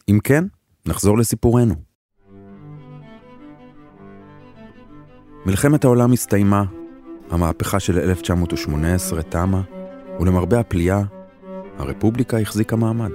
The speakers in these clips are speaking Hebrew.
אם כן, נחזור לסיפורנו. מלחמת העולם הסתיימה, המהפכה של 1918 תמה, ולמרבה הפליאה, הרפובליקה החזיקה מעמד.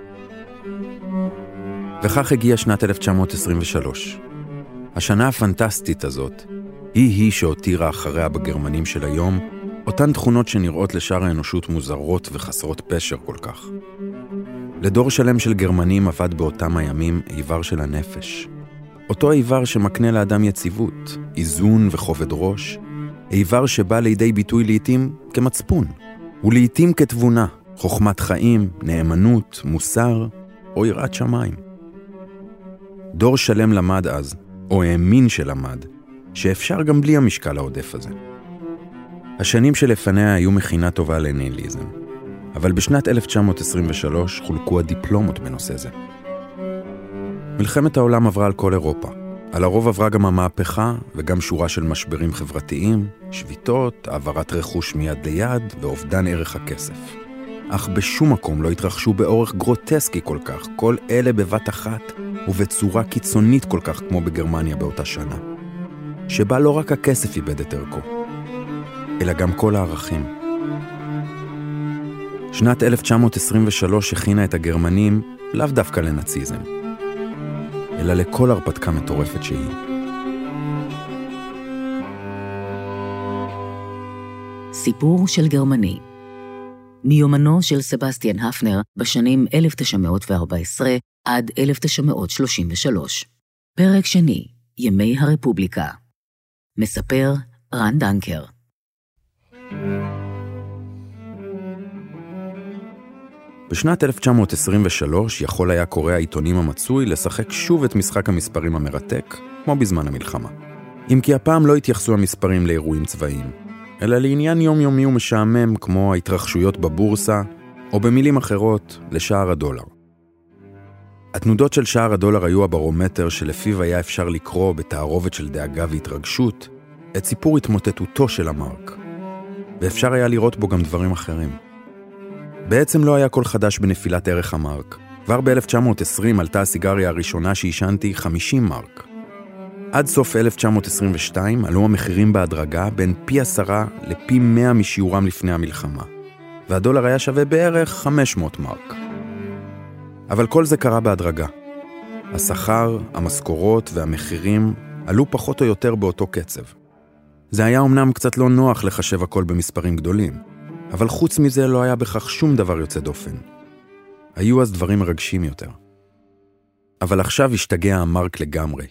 וכך הגיעה שנת 1923. השנה הפנטסטית הזאת, היא שהותירה אחריה בגרמנים של היום, אותן תכונות שנראות לשאר האנושות מוזרות וחסרות פשר כל כך. לדור שלם של גרמנים עבד באותם הימים איבר של הנפש. אותו איבר שמקנה לאדם יציבות, איזון וכובד ראש, איבר שבא לידי ביטוי לעתים כמצפון, ולעתים כתבונה, חוכמת חיים, נאמנות, מוסר או יראת שמיים. דור שלם למד אז, או האמין שלמד, שאפשר גם בלי המשקל העודף הזה. השנים שלפניה היו מכינה טובה לניהיליזם, אבל בשנת 1923 חולקו הדיפלומות בנושא זה. מלחמת העולם עברה על כל אירופה. על הרוב עברה גם המהפכה וגם שורה של משברים חברתיים, שביתות, העברת רכוש מיד ליד ואובדן ערך הכסף. אך בשום מקום לא התרחשו באורך גרוטסקי כל כך, כל אלה בבת אחת ובצורה קיצונית כל כך כמו בגרמניה באותה שנה. שבה לא רק הכסף איבד את ערכו, אלא גם כל הערכים. שנת 1923 הכינה את הגרמנים לאו דווקא לנאציזם, אלא לכל הרפתקה מטורפת שהיא. סיפור של גרמני. מיומנו של סבסטיאן הפנר בשנים 1914 עד 1933. פרק שני, ימי הרפובליקה. מספר רן דנקר. בשנת 1923 יכול היה קורא העיתונים המצוי לשחק שוב את משחק המספרים המרתק, כמו בזמן המלחמה. אם כי הפעם לא התייחסו המספרים לאירועים צבאיים, אלא לעניין יומיומי ומשעמם כמו ההתרחשויות בבורסה, או במילים אחרות, לשער הדולר. התנודות של שער הדולר היו הברומטר שלפיו היה אפשר לקרוא בתערובת של דאגה והתרגשות את סיפור התמוטטותו של המרק. ואפשר היה לראות בו גם דברים אחרים. בעצם לא היה כל חדש בנפילת ערך המרק. כבר ב-1920 עלתה הסיגריה הראשונה שעישנתי 50 מרק. עד סוף 1922 עלו המחירים בהדרגה בין פי 10 לפי 100 משיעורם לפני המלחמה. והדולר היה שווה בערך 500 מרק. אבל כל זה קרה בהדרגה. השכר, המשכורות והמחירים עלו פחות או יותר באותו קצב. זה היה אומנם קצת לא נוח לחשב הכל במספרים גדולים, אבל חוץ מזה לא היה בכך שום דבר יוצא דופן. היו אז דברים מרגשים יותר. אבל עכשיו השתגע המרק לגמרי.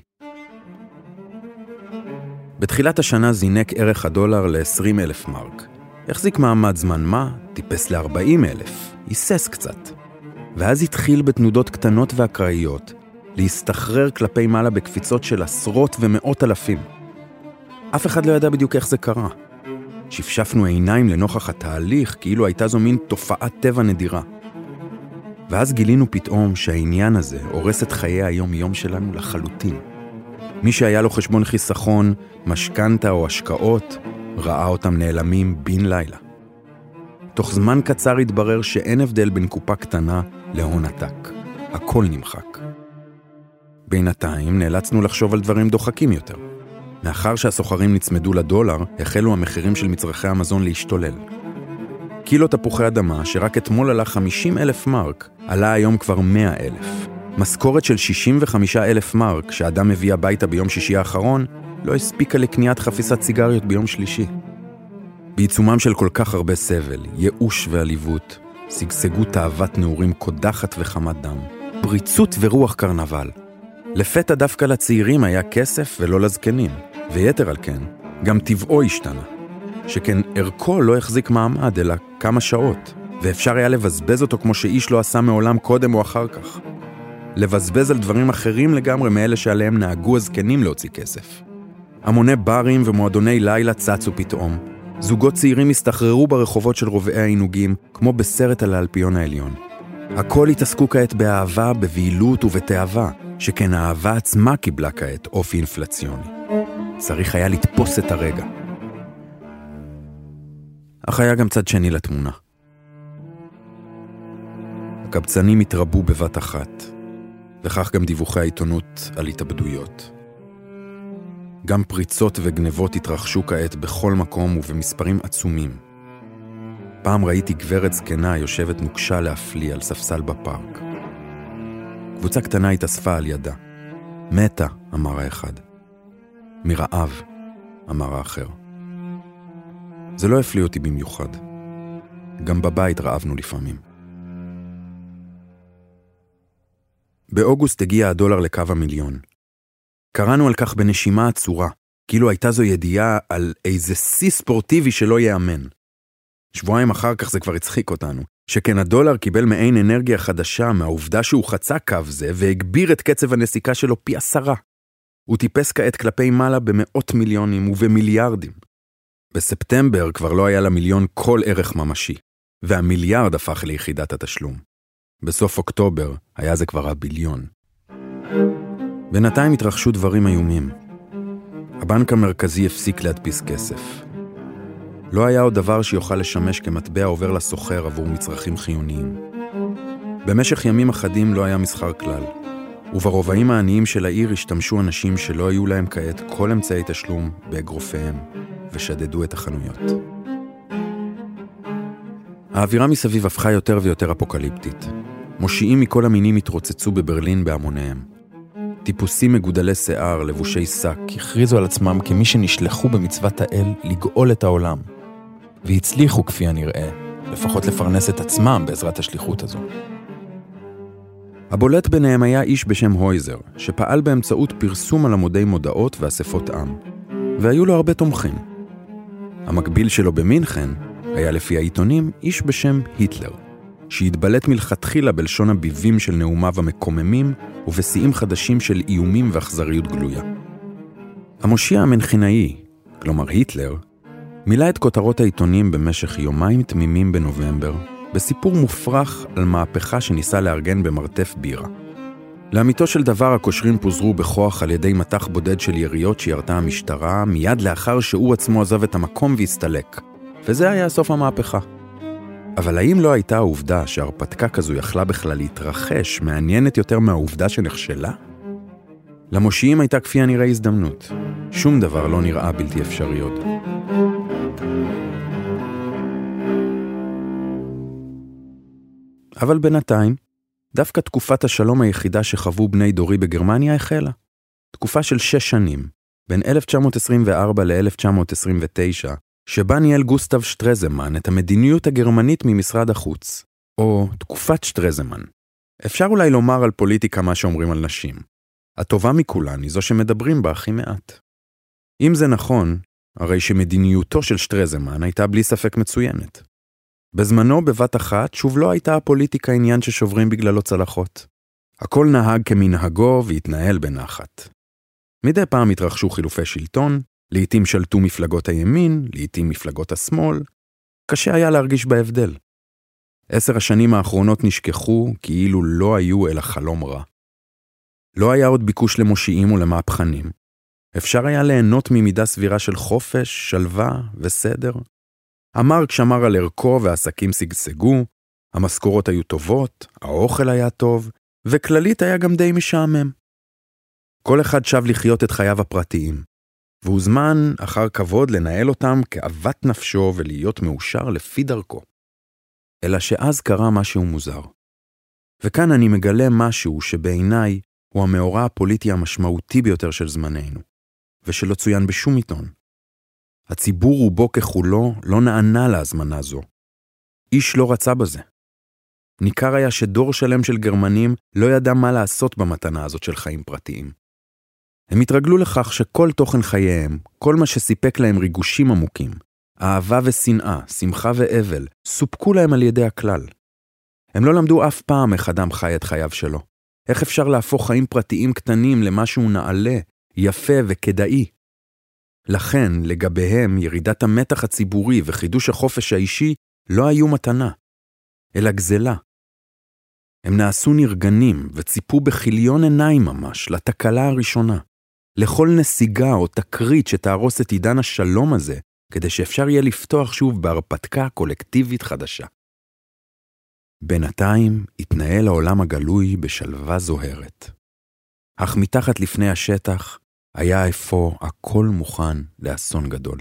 בתחילת השנה זינק ערך הדולר ל-20,000 מרק. החזיק מעמד זמן מה, טיפס ל-40,000, היסס קצת. ואז התחיל בתנודות קטנות ואקראיות, להסתחרר כלפי מעלה בקפיצות של עשרות ומאות אלפים. אף אחד לא ידע בדיוק איך זה קרה. שפשפנו עיניים לנוכח התהליך, כאילו הייתה זו מין תופעת טבע נדירה. ואז גילינו פתאום שהעניין הזה הורס את חיי היום-יום שלנו לחלוטין. מי שהיה לו חשבון חיסכון, משכנתה או השקעות, ראה אותם נעלמים בן לילה. תוך זמן קצר התברר שאין הבדל בין קופה קטנה להון עתק. הכל נמחק. בינתיים נאלצנו לחשוב על דברים דוחקים יותר. מאחר שהסוחרים נצמדו לדולר, החלו המחירים של מצרכי המזון להשתולל. קילו תפוחי אדמה, שרק אתמול עלה 50,000 מרק, עלה היום כבר 100,000. משכורת של 65,000 מרק, שאדם מביא הביתה ביום שישי האחרון, לא הספיקה לקניית חפיסת סיגריות ביום שלישי. בעיצומם של כל כך הרבה סבל, ייאוש ועליבות, שגשגו תאוות נעורים קודחת וחמת דם, פריצות ורוח קרנבל. לפתע דווקא לצעירים היה כסף ולא לזקנים, ויתר על כן, גם טבעו השתנה. שכן ערכו לא החזיק מעמד אלא כמה שעות, ואפשר היה לבזבז אותו כמו שאיש לא עשה מעולם קודם או אחר כך. לבזבז על דברים אחרים לגמרי מאלה שעליהם נהגו הזקנים להוציא כסף. המוני ברים ומועדוני לילה צצו פתאום. זוגות צעירים הסתחררו ברחובות של רובעי העינוגים, כמו בסרט על האלפיון העליון. הכל התעסקו כעת באהבה, בבהילות ובתאווה, שכן האהבה עצמה קיבלה כעת אופי אינפלציוני. צריך היה לתפוס את הרגע. אך היה גם צד שני לתמונה. הקבצנים התרבו בבת אחת, וכך גם דיווחי העיתונות על התאבדויות. גם פריצות וגנבות התרחשו כעת בכל מקום ובמספרים עצומים. פעם ראיתי גברת זקנה יושבת נוקשה להפליא על ספסל בפארק. קבוצה קטנה התאספה על ידה. מתה, אמר האחד. מרעב, אמר האחר. זה לא הפליא אותי במיוחד. גם בבית רעבנו לפעמים. באוגוסט הגיע הדולר לקו המיליון. קראנו על כך בנשימה עצורה, כאילו הייתה זו ידיעה על איזה שיא ספורטיבי שלא יאמן. שבועיים אחר כך זה כבר הצחיק אותנו, שכן הדולר קיבל מעין אנרגיה חדשה מהעובדה שהוא חצה קו זה והגביר את קצב הנסיקה שלו פי 10. הוא טיפס כעת כלפי מעלה במאות מיליונים ובמיליארדים. בספטמבר כבר לא היה למיליון כל ערך ממשי, והמיליארד הפך ליחידת התשלום. בסוף אוקטובר היה זה כבר הביליון. בינתיים התרחשו דברים איומים. הבנק המרכזי הפסיק להדפיס כסף. לא היה עוד דבר שיוכל לשמש כמטבע עובר לסוחר עבור מצרכים חיוניים. במשך ימים אחדים לא היה מסחר כלל, וברובעים העניים של העיר השתמשו אנשים שלא היו להם כעת כל אמצעי תשלום באגרופיהם, ושדדו את החנויות. האווירה מסביב הפכה יותר ויותר אפוקליפטית. מושיעים מכל המינים התרוצצו בברלין בהמוניהם. טיפוסים מגודלי שיער, לבושי שק, הכריזו על עצמם כמי שנשלחו במצוות האל לגאול את העולם. והצליחו כפי הנראה, לפחות לפרנס את עצמם בעזרת השליחות הזו. הבולט ביניהם היה איש בשם הויזר, שפעל באמצעות פרסום על עמודי מודעות ואספות עם. והיו לו הרבה תומכים. המקביל שלו במינכן היה לפי העיתונים איש בשם היטלר, שהתבלט מלכתחילה בלשון הביבים של נאומיו המקוממים ובשיאים חדשים של איומים ואכזריות גלויה. המושיע המנחינאי, כלומר היטלר, מילא את כותרות העיתונים במשך יומיים תמימים בנובמבר, בסיפור מופרך על מהפכה שניסה לארגן במרתף בירה. לאמיתו של דבר הקושרים פוזרו בכוח על ידי מתח בודד של יריות שירתה המשטרה מיד לאחר שהוא עצמו עזב את המקום והסתלק, וזה היה סוף המהפכה. אבל האם לא הייתה העובדה שהרפתקה כזו יכלה בכלל להתרחש מעניינת יותר מהעובדה שנכשלה? למושיעים הייתה כפי הנראה הזדמנות. שום דבר לא נראה בלתי אפשרי עוד. אבל בינתיים, דווקא תקופת השלום היחידה שחוו בני דורי בגרמניה החלה. תקופה של 6 שנים, בין 1924 ל-1929, שבה ניהל גוסטב שטרזמן את המדיניות הגרמנית ממשרד החוץ, או תקופת שטרזמן. אפשר אולי לומר על פוליטיקה מה שאומרים על נשים. הטובה מכולן היא זו שמדברים בה הכי מעט. אם זה נכון, הרי שמדיניותו של שטרזמן הייתה בלי ספק מצוינת. בזמנו בבת אחת שוב לא הייתה הפוליטיקה עניין ששוברים בגללו צלחות. הכל נהג כמנהגו והתנהל בנחת. מדי פעם התרחשו חילופי שלטון, לעתים שלטו מפלגות הימין, לעתים מפלגות השמאל. קשה היה להרגיש בהבדל. 10 השנים האחרונות נשכחו כאילו לא היו אלא חלום רע. לא היה עוד ביקוש למושיעים ולמהפכנים. אפשר היה ליהנות ממידה סבירה של חופש, שלווה וסדר. המרק שמר על ערכו והעסקים סגסגו, המשכורות היו טובות, האוכל היה טוב, וכללית היה גם די משעמם. כל אחד שב לחיות את חייו הפרטיים, והוזמן אחר כבוד לנהל אותם כאוות נפשו ולהיות מאושר לפי דרכו. אלא שאז קרה משהו מוזר. וכאן אני מגלה משהו שבעיניי הוא המאורע הפוליטי המשמעותי ביותר של זמננו, ושלא צוין בשום עיתון. הציבור רובו ככולו לא נענה להזמנה זו. איש לא רצה בזה. ניכר היה שדור שלם של גרמנים לא ידע מה לעשות במתנה הזאת של חיים פרטיים. הם התרגלו לכך שכל תוכן חייהם, כל מה שסיפק להם ריגושים עמוקים, אהבה ושנאה, שמחה ואבל, סופקו להם על ידי הכלל. הם לא למדו אף פעם איך אדם חי את חייו שלו. איך אפשר להפוך חיים פרטיים קטנים למשהו נעלה, יפה וכדאי. לכן, לגביהם, ירידת המתח הציבורי וחידוש החופש האישי לא היו מתנה, אלא גזלה. הם נעשו נרגנים וציפו בכיליון עיניים ממש לתקלה הראשונה, לכל נסיגה או תקרית שתהרוס את עידן השלום הזה, כדי שאפשר יהיה לפתוח שוב בהרפתקה קולקטיבית חדשה. בינתיים התנהל העולם הגלוי בשלווה זוהרת. אך מתחת לפני השטח היה אפוא הכל מוכן לאסון גדול.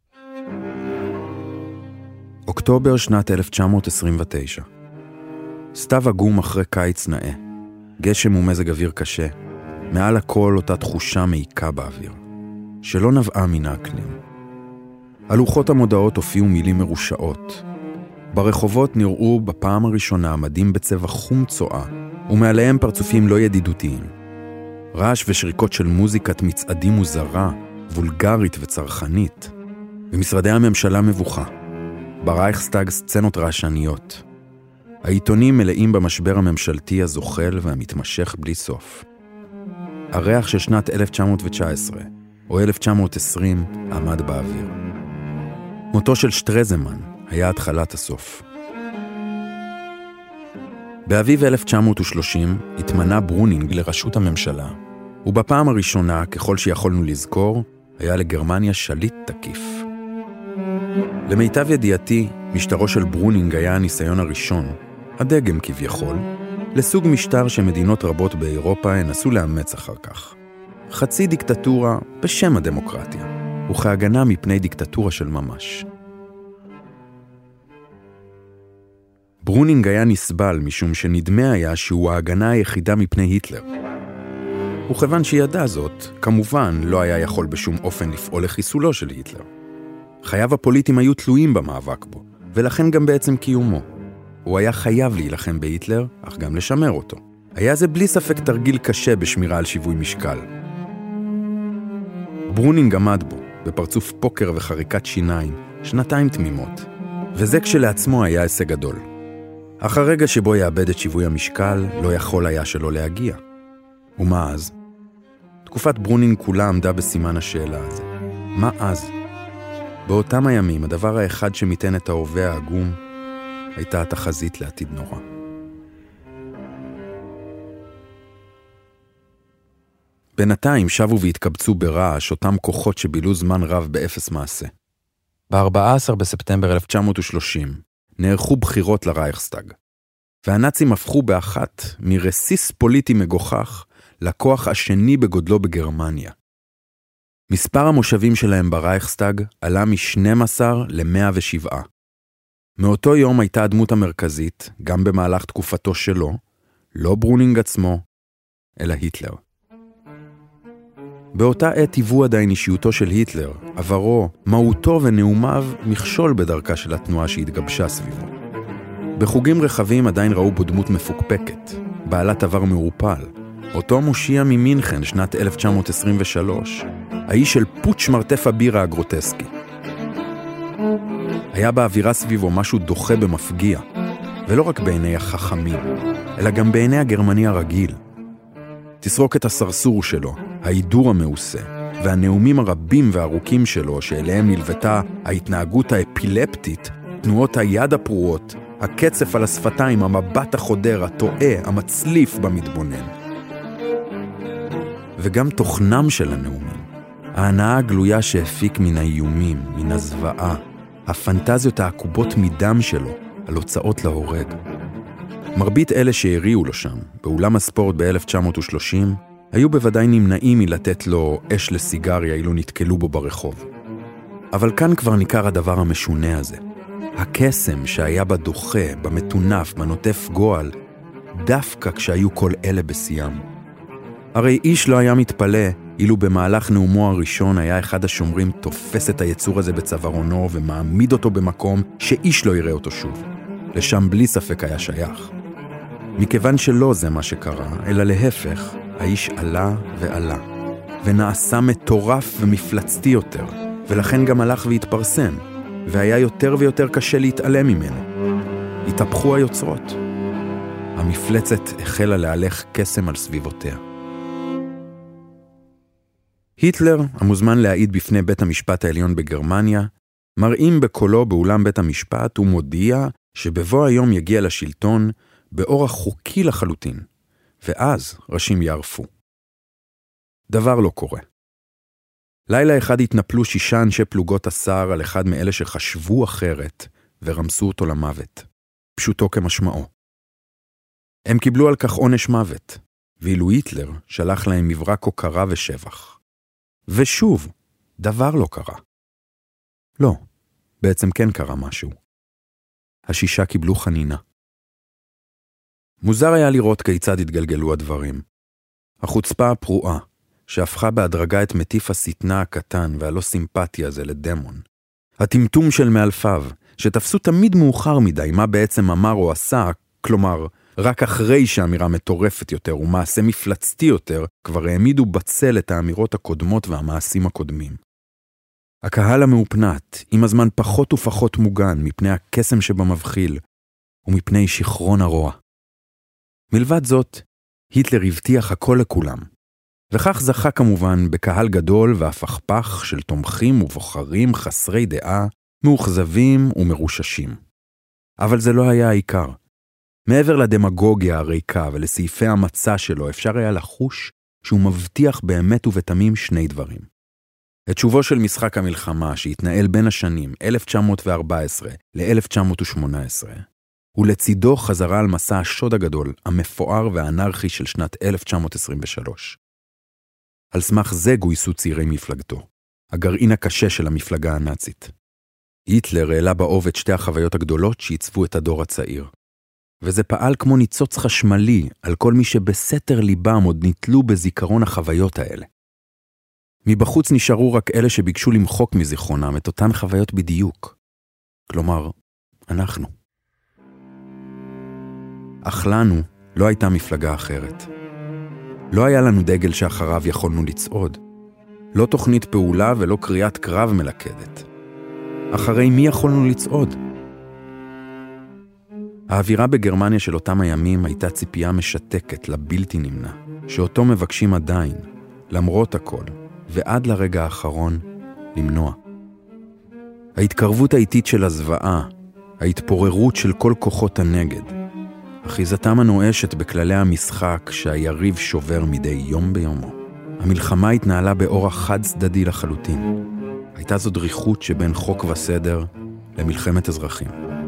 אוקטובר שנת 1929. סתיו עגום אחרי קיץ נאה. גשם ומזג אוויר קשה. מעל הכל אותה תחושה מעיקה באוויר, שלא נבעה מן האקלים. על לוחות המודעות הופיעו מילים מרושעות. ברחובות נראו בפעם הראשונה מדים בצבע חום צועה, ומעליהם פרצופים לא ידידותיים. רעש ושריקות של מוזיקת מצעדים מוזרה, וולגרית וצרכנית. במשרדי הממשלה מבוכה. ברייכסטאג סצנות רעשניות. העיתונים מלאים במשבר הממשלתי הזוחל והמתמשך בלי סוף. הריח של שנת 1919 או 1920 עמד באוויר. מותו של שטרזמן היה התחלת הסוף. באביב 1930 התמנה ברונינג לראשות הממשלה, ובפעם הראשונה, ככל שיכולנו לזכור, היה לגרמניה שליט תקיף. למיטב ידיעתי, משטרו של ברונינג היה הניסיון הראשון, הדגם כביכול, לסוג משטר שמדינות רבות באירופה הנסו לאמץ אחר כך. חצי דיקטטורה בשם הדמוקרטיה, וכהגנה מפני דיקטטורה של ממש. ברונינג היה נסבל משום שנדמה היה שהוא ההגנה היחידה מפני היטלר. וכיוון שידע זאת, כמובן לא היה יכול בשום אופן לפעול לחיסולו של היטלר. חייו הפוליטיים היו תלויים במאבק בו, ולכן גם בעצם קיומו. הוא היה חייב להילחם בהיטלר, אך גם לשמר אותו. היה זה בלי ספק תרגיל קשה בשמירה על שיווי משקל. ברונינג עמד בו, בפרצוף פוקר וחריקת שיניים, שנתיים תמימות, וזה כשלעצמו היה הישג גדול. אך הרגע שבו יאבד את שיווי המשקל, לא יכול היה שלא להגיע. ומה אז? תקופת ברונינג כולה עמדה בסימן השאלה הזה. מה אז? באותם הימים, הדבר האחד שמיתן את ההווה העגום, הייתה התחזית לעתיד נורא. בינתיים שבו והתקבצו ברעש אותם כוחות שבילו זמן רב באפס מעשה. ב-14 בספטמבר 1930 נערכו בחירות לרייכסטאג, והנאצים הפכו באחת מרסיס פוליטי מגוחך לכוח השני בגודלו בגרמניה. מספר המושבים שלהם ברייכסטאג עלה מ-12 ל-107. מאותו יום הייתה הדמות המרכזית, גם במהלך תקופתו שלו, לא ברונינג עצמו, אלא היטלר. באותה עת היוו עדיין אישיותו של היטלר, עברו, מהותו ונאומיו מכשול בדרכה של התנועה שהתגבשה סביבו. בחוגים רחבים עדיין ראו בו דמות מפוקפקת, בעלת עבר מעורפל, אותו מושיע ממינכן שנת 1923, האיש של פוטש מרתף הבירה הגרוטסקי. היה באווירה סביבו משהו דוחה במפגיע, ולא רק בעיני החכמים, אלא גם בעיני הגרמני הרגיל. תסרוק את הסרסור שלו, ההידור המעושה, והנאומים הרבים והארוכים שלו, שאליהם נלוותה ההתנהגות האפילפטית, תנועות היד הפרועות, הקצף על השפתיים, המבט החודר, הטועה, המצליף במתבונן. וגם תוכנם של הנאומים, ההנאה הגלויה שהפיק מן האיומים, מן הזוועה, הפנטזיות העקובות מדם שלו, על הוצאות להורג. מרבית אלה שהריעו לו שם, באולם הספורט ב-1930, היו בוודאי נמנעים מלתת לו אש לסיגריה אילו נתקלו בו ברחוב. אבל כאן כבר ניכר הדבר המשונה הזה. הקסם שהיה בדוחה, במתונף, בנוטף גועל, דווקא כשהיו כל אלה בסיים. הרי איש לא היה מתפלא אילו במהלך נאומו הראשון היה אחד השומרים תופס את היצור הזה בצווארונו ומעמיד אותו במקום שאיש לא יראה אותו שוב. לשם בלי ספק היה שייך. מכיוון שלא זה מה שקרה, אלא להפך, האיש עלה ועלה, ונעשה מטורף ומפלצתי יותר, ולכן גם הלך והתפרסם, והיה יותר ויותר קשה להתעלם ממנו. התהפכו היוצרות. המפלצת החלה להלך קסם על סביבותיה. היטלר, המוזמן להעיד בפני בית המשפט העליון בגרמניה, מראים בקולו באולם בית המשפט ומודיע שבבוא היום יגיע לשלטון באורח חוקי לחלוטין, ואז ראשים יערפו. דבר לא קורה. לילה אחד התנפלו 6 אנשי פלוגות הסער על אחד מאלה שחשבו אחרת ורמסו אותו למוות, פשוטו כמשמעו. הם קיבלו על כך עונש מוות, ואילו היטלר שלח להם מברק הוקרה ושבח. ושוב, דבר לא קרה. לא, בעצם כן קרה משהו. השישה קיבלו חנינה. מוזר היה לראות כיצד התגלגלו הדברים. החוצפה הפרועה, שהפכה בהדרגה את מטיף השטנה הקטן והלא סימפתיה הזה לדמון. הטמטום של מאלפיו, שתפסו תמיד מאוחר מדי מה בעצם אמר או עשה, כלומר, רק אחרי שהאמירה מטורפת יותר ומעשה מפלצתי יותר, כבר העמידו בצל את האמירות הקודמות והמעשים הקודמים. הקהל המאופנת, עם הזמן פחות ופחות מוגן מפני הקסם שבמבחיל, ומפני שכרון הרוע. מלבד זאת, היטלר הבטיח הכל לכולם, וכך זכה כמובן בקהל גדול והפכפך של תומכים ובוחרים חסרי דעה, מאוכזבים ומרוששים. אבל זה לא היה העיקר. מעבר לדמגוגיה הריקה ולסעיפי המצע שלו, אפשר היה לחוש שהוא מבטיח באמת ובתמים שני דברים. את שובו של משחק המלחמה שהתנהל בין השנים 1914 ל-1918, ולצידו חזרה על מסע השוד הגדול, המפואר והאנרכי של שנת 1923. על סמך זה גויסו צעירי מפלגתו, הגרעין הקשה של המפלגה הנאצית. היטלר העלה באוב את שתי החוויות הגדולות שעיצבו את הדור הצעיר. וזה פעל כמו ניצוץ חשמלי על כל מי שבסתר ליבם עוד נתלו בזיכרון החוויות האלה. מבחוץ נשארו רק אלה שביקשו למחוק מזיכרונם את אותן חוויות בדיוק. כלומר, אנחנו. אך לנו לא הייתה מפלגה אחרת. לא היה לנו דגל שאחריו יכולנו לצעוד. לא תוכנית פעולה ולא קריאת קרב מלכדת. אחרי מי יכולנו לצעוד? האווירה בגרמניה של אותם הימים הייתה ציפייה משתקת לבלתי נמנע, שאותו מבקשים עדיין, למרות הכל, ועד לרגע האחרון, למנוע. ההתקרבות האיטית של הזוועה, ההתפוררות של כל כוחות הנגד, אחיזתם הנואשת בכללי המשחק שהיריב שובר מדי יום ביומו. המלחמה התנהלה באורח חד צדדי לחלוטין. הייתה זו דריכות שבין חוק וסדר למלחמת אזרחים.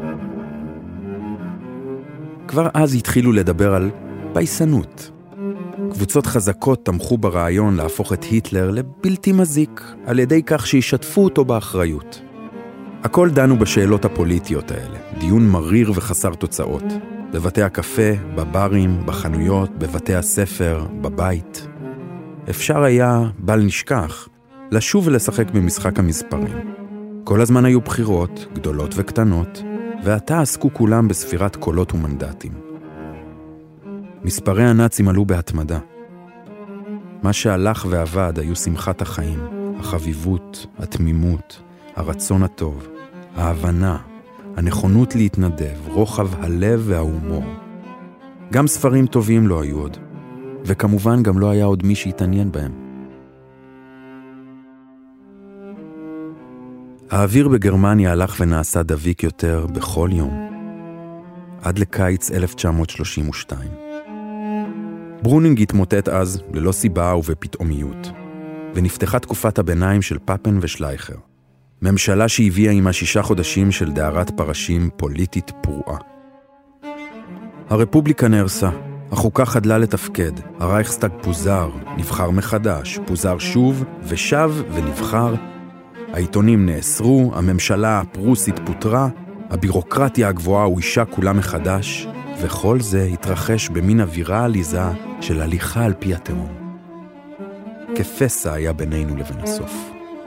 כבר אז התחילו לדבר על פייסנות. קבוצות חזקות תמכו ברעיון להפוך את היטלר לבלתי מזיק, על ידי כך שישתפו אותו באחריות. הכל דנו בשאלות הפוליטיות האלה, דיון מריר וחסר תוצאות. בבתי הקפה, בברים, בחנויות, בבתי הספר, בבית. אפשר היה, בל נשכח, לשוב ולשחק במשחק המספרים. כל הזמן היו בחירות, גדולות וקטנות, ועתה עסקו כולם בספירת קולות ומנדטים. מספרי הנאצים עלו בהתמדה. מה שהלך ועבד היו שמחת החיים, החביבות, התמימות, הרצון הטוב, ההבנה, הנכונות להתנדב, רוחב הלב וההומור. גם ספרים טובים לא היו עוד, וכמובן גם לא היה עוד מי שהתעניין בהם. האוויר בגרמניה הלך ונעשה דביק יותר בכל יום, עד לקיץ 1932. ברונינג התמוטט אז ללא סיבה ובפתאומיות, ונפתחה תקופת הביניים של פאפן ושלייכר, ממשלה שהביאה עמה 6 חודשים של דהרת פרשים פוליטית פרועה. הרפובליקה נהרסה, החוקה חדלה לתפקד, הרייכסטאג פוזר, נבחר מחדש, פוזר שוב ושב ונבחר, העיתונים נאסרו, הממשלה הפרוסית פוטרה, הבירוקרטיה הגבוהה הוישה כולה מחדש, וכל זה התרחש במין אווירה עליזה של הליכה על פי התהום. כפסע היה בינינו לבין הסוף.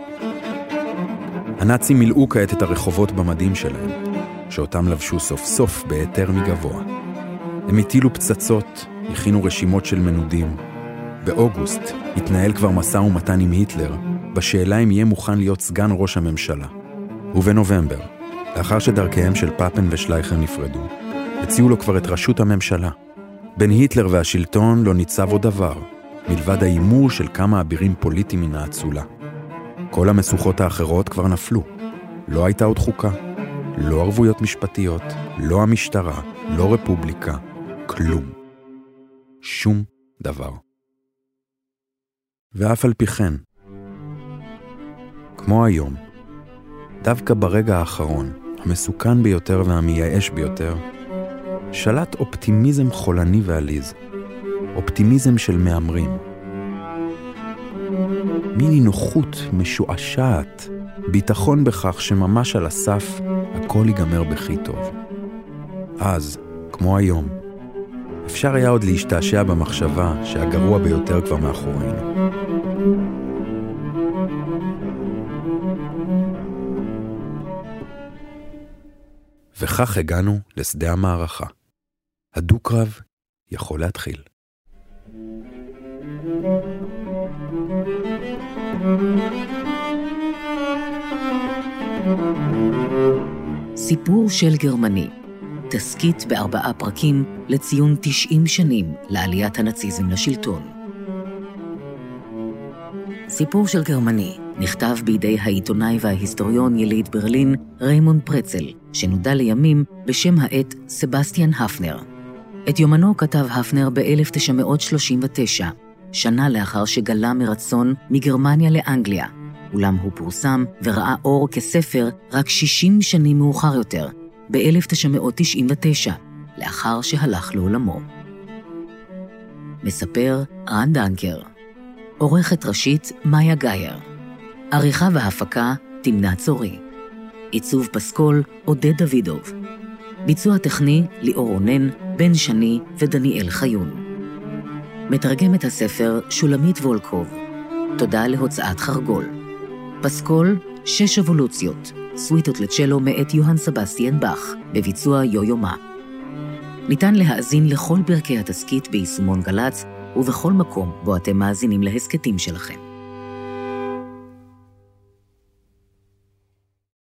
הנאצים מילאו כעת את הרחובות במדים שלהם, שאותם לבשו סוף סוף ביתר מגבוה. הם הטילו פצצות, הכינו רשימות של מנודים. באוגוסט התנהל כבר משא ומתן עם היטלר, בשאלה אם יהיה מוכן להיות סגן ראש הממשלה. ובנובמבר, לאחר שדרכיהם של פאפן ושלייכר נפרדו, הציעו לו כבר את ראשות הממשלה. בין היטלר והשלטון לא ניצב עוד דבר, מלבד האימור של כמה אבירים פוליטיים מן האצולה. כל המשוכות האחרות כבר נפלו. לא הייתה עוד חוקה, לא ערבויות משפטיות, לא המשטרה, לא רפובליקה, כלום. שום דבר. ואף על פי כן, כמו היום, דווקא ברגע האחרון, המסוכן ביותר והמייאש ביותר, שלט אופטימיזם חולני ועליז. אופטימיזם של מאמרים. מיני נוחות משועשעת, ביטחון בכך שממש על הסף הכל ייגמר בכי טוב. אז, כמו היום, אפשר היה עוד להשתעשע במחשבה שהגרוע ביותר כבר מאחורינו. וכך הגענו לשדה המערכה. הדו-קרב יכול להתחיל. סיפור של גרמני, תסקית ב4 פרקים לציון 90 שנים לעליית הנאציזם לשלטון. סיפור של גרמני נכתב בידי העיתונאי וההיסטוריון יליד ברלין ריימונד פרצל, שנודע לימים בשם העט סבסטיאן הפנר. את יומנו כתב הפנר ב-1939, שנה לאחר שגלה מרצון מגרמניה לאנגליה, אולם הוא פורסם וראה אור כספר רק 60 שנים מאוחר יותר, ב-1999, לאחר שהלך לעולמו. מספר רן דנקר. עורכת ראשית מאיה גייר. עריכה והפקה תמנה צורי. עיצוב פסקול עודד דוידוב. ביצוע טכני ליאור רונן, בן שני ודניאל חיון. מתרגם את הספר שולמית וולקוב. תודה להוצאת חרגול. פסקול 6 אבולוציות, סוויטות לצ'לו מאת יוהאן סבסטיאן באך, בביצוע יו-יומה. ניתן להאזין לכל פרקי התסקית ביישומון גל"צ ובכל מקום בו אתם מאזינים להסקטים שלכם.